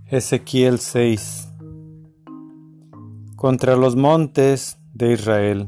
Ezequiel 6. Contra los montes de Israel.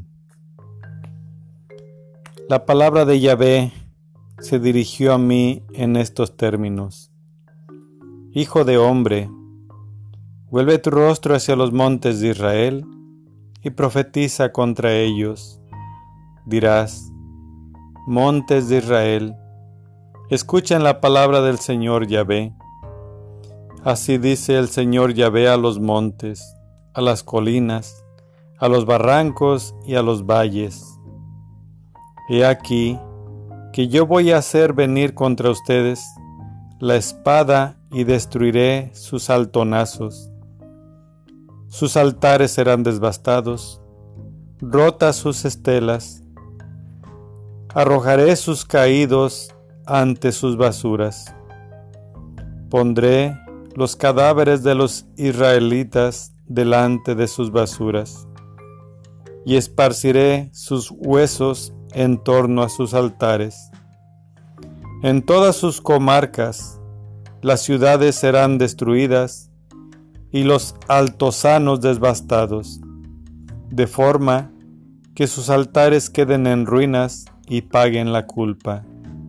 La palabra de Yahvé se dirigió a mí en estos términos: Hijo de hombre, vuelve tu rostro hacia los montes de Israel y profetiza contra ellos. Dirás: montes de Israel, escuchen la palabra del Señor Yahvé. Así dice el Señor Yahvé a los montes, a las colinas, a los barrancos y a los valles: He aquí que yo voy a hacer venir contra ustedes la espada y destruiré sus altonazos. Sus altares serán devastados, rotas sus estelas. Arrojaré sus caídos ante sus basuras. Pondré los cadáveres de los israelitas delante de sus basuras, y esparciré sus huesos en torno a sus altares. En todas sus comarcas las ciudades serán destruidas y los altosanos devastados, de forma que sus altares queden en ruinas y paguen la culpa.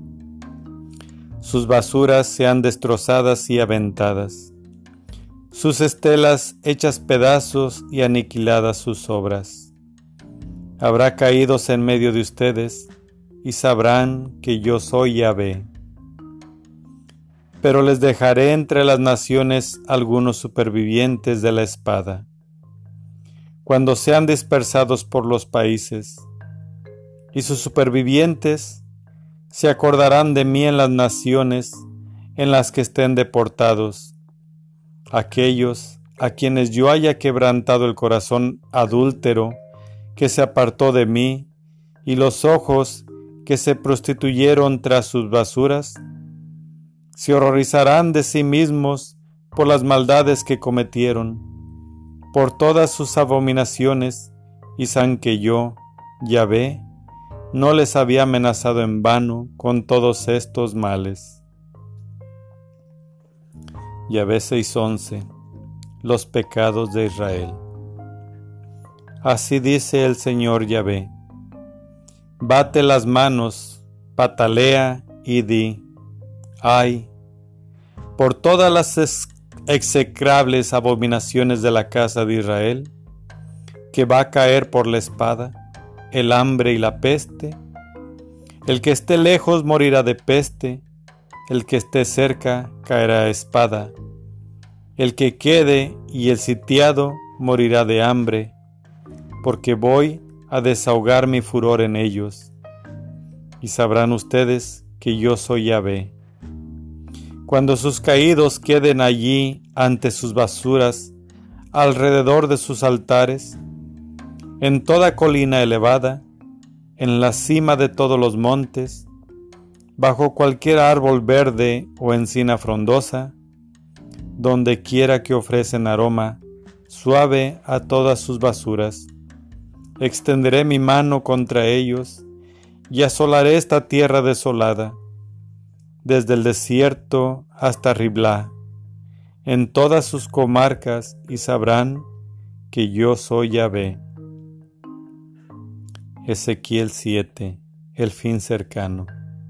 Sus basuras sean destrozadas y aventadas, sus estelas hechas pedazos y aniquiladas sus obras. Habrá caídos en medio de ustedes y sabrán que yo soy Yahvé. Pero les dejaré entre las naciones algunos supervivientes de la espada. Cuando sean dispersados por los países, y sus supervivientes se acordarán de mí en las naciones en las que estén deportados, aquellos a quienes yo haya quebrantado el corazón adúltero que se apartó de mí y los ojos que se prostituyeron tras sus basuras, se horrorizarán de sí mismos por las maldades que cometieron, por todas sus abominaciones, y sabrán que yo, Yahvé, no les había amenazado en vano con todos estos males. Yahvé 6:11. Los pecados de Israel. Así dice el Señor Yahvé: bate las manos, patalea y di: ay, por todas las execrables abominaciones de la casa de Israel, que va a caer por la espada, el hambre y la peste. El que esté lejos morirá de peste, el que esté cerca caerá a espada. El que quede y el sitiado morirá de hambre, porque voy a desahogar mi furor en ellos. Y sabrán ustedes que yo soy Yahvé. Cuando sus caídos queden allí ante sus basuras, alrededor de sus altares, en toda colina elevada, en la cima de todos los montes, bajo cualquier árbol verde o encina frondosa, donde quiera que ofrecen aroma suave a todas sus basuras, extenderé mi mano contra ellos y asolaré esta tierra desolada, desde el desierto hasta Riblá, en todas sus comarcas, y sabrán que yo soy Yahvé. Ezequiel 7. El fin cercano.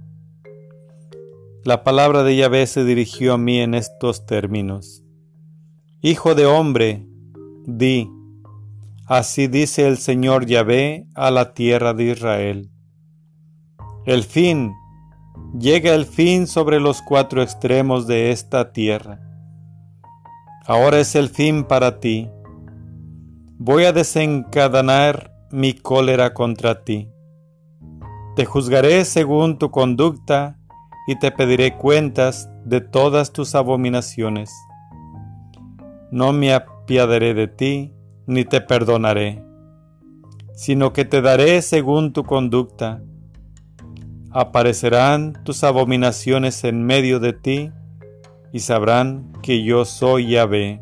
La palabra de Yahvé se dirigió a mí en estos términos: Hijo de hombre, di: así dice el Señor Yahvé a la tierra de Israel. El fin, llega el fin sobre los cuatro extremos de esta tierra. Ahora es el fin para ti. Voy a desencadenar mi cólera contra ti. Te juzgaré según tu conducta y te pediré cuentas de todas tus abominaciones. No me apiadaré de ti, ni te perdonaré, sino que te daré según tu conducta. Aparecerán tus abominaciones en medio de ti, y sabrán que yo soy Yahvé.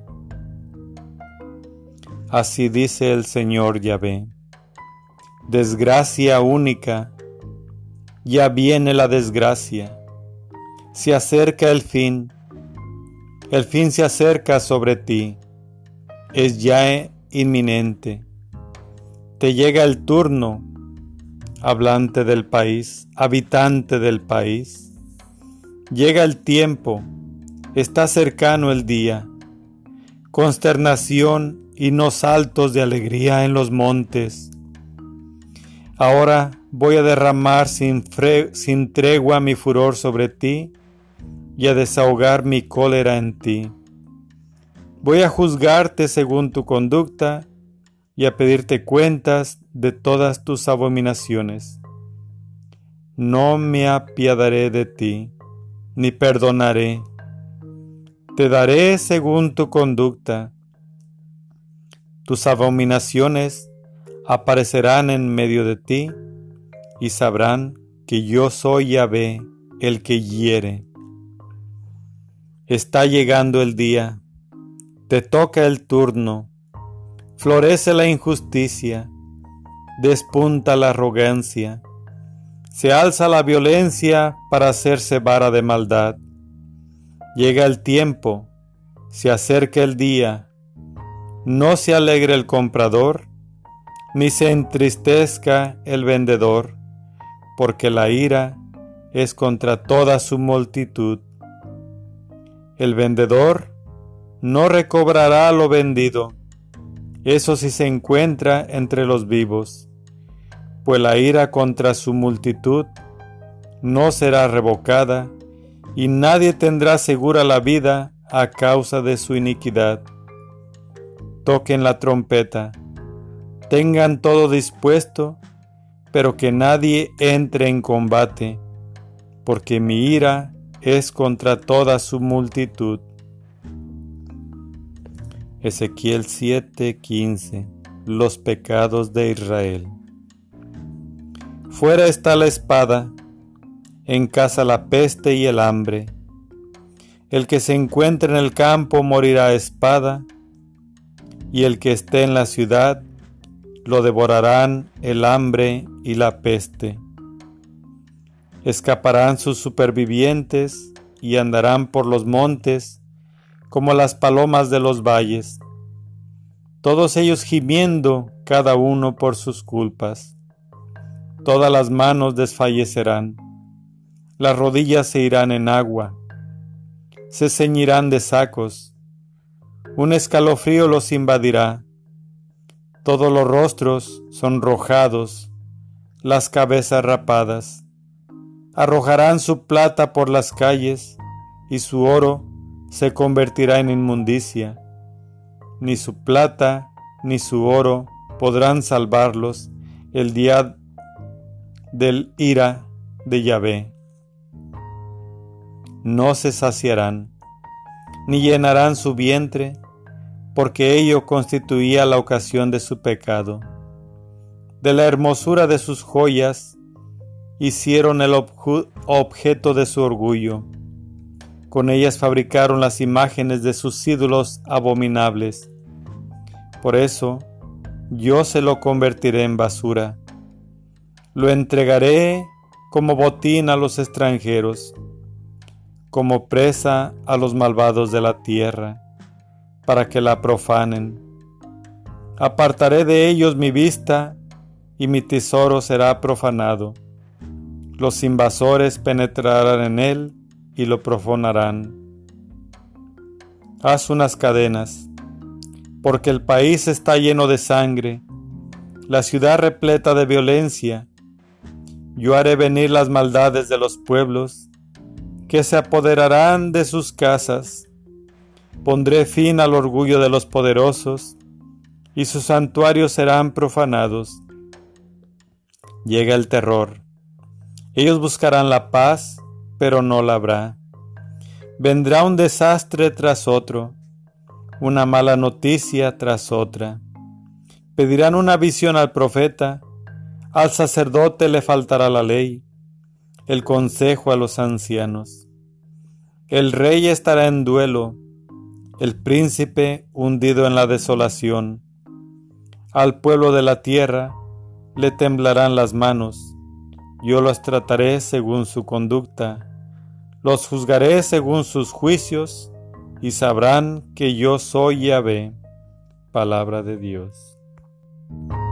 Así dice el Señor Yahvé: desgracia única, ya viene la desgracia, se acerca el fin, El fin se acerca sobre ti, es ya inminente. Te llega el turno, hablante del país, habitante del país. Llega el tiempo, está cercano el día. Consternación y no saltos de alegría en los montes. Ahora voy a derramar sin tregua mi furor sobre ti y a desahogar mi cólera en ti. Voy a juzgarte según tu conducta y a pedirte cuentas de todas tus abominaciones. No me apiadaré de ti, ni perdonaré. Te daré según tu conducta. Tus abominaciones aparecerán en medio de ti y sabrán que yo soy Yahvé, el que hiere. Está llegando el día, te toca el turno, florece la injusticia, despunta la arrogancia, se alza la violencia para hacerse vara de maldad. Llega el tiempo, se acerca el día, no se alegre el comprador, ni se entristezca el vendedor, porque la ira es contra toda su multitud. El vendedor no recobrará lo vendido, eso sí se encuentra entre los vivos, pues la ira contra su multitud no será revocada, y nadie tendrá segura la vida a causa de su iniquidad. Toquen la trompeta, tengan todo dispuesto, pero que nadie entre en combate, porque mi ira es contra toda su multitud. Ezequiel 7:15. Los pecados de Israel. Fuera está la espada, en casa la peste y el hambre. El que se encuentre en el campo morirá a espada, y el que esté en la ciudad lo devorarán el hambre y la peste. Escaparán sus supervivientes y andarán por los montes como las palomas de los valles, todos ellos gimiendo cada uno por sus culpas. Todas las manos desfallecerán, las rodillas se irán en agua, se ceñirán de sacos, un escalofrío los invadirá, todos los rostros sonrojados, las cabezas rapadas. Arrojarán su plata por las calles y su oro se convertirá en inmundicia. Ni su plata ni su oro podrán salvarlos el día del ira de Yahvé. No se saciarán, ni llenarán su vientre, porque ello constituía la ocasión de su pecado. De la hermosura de sus joyas hicieron el objeto de su orgullo. Con ellas fabricaron las imágenes de sus ídolos abominables. Por eso, yo se lo convertiré en basura. Lo entregaré como botín a los extranjeros, como presa a los malvados de la tierra, para que la profanen. Apartaré de ellos mi vista, y mi tesoro será profanado. Los invasores penetrarán en él y lo profanarán. Haz unas cadenas, porque el país está lleno de sangre, la ciudad repleta de violencia. Yo haré venir las maldades de los pueblos, que se apoderarán de sus casas. Pondré fin al orgullo de los poderosos, y sus santuarios serán profanados. Llega el terror. Ellos buscarán la paz, pero no la habrá. Vendrá un desastre tras otro, una mala noticia tras otra. Pedirán una visión al profeta, al sacerdote le faltará la ley, el consejo a los ancianos. El rey estará en duelo, el príncipe hundido en la desolación. Al pueblo de la tierra le temblarán las manos. Yo los trataré según su conducta, los juzgaré según sus juicios y sabrán que yo soy Yahvé. Palabra de Dios.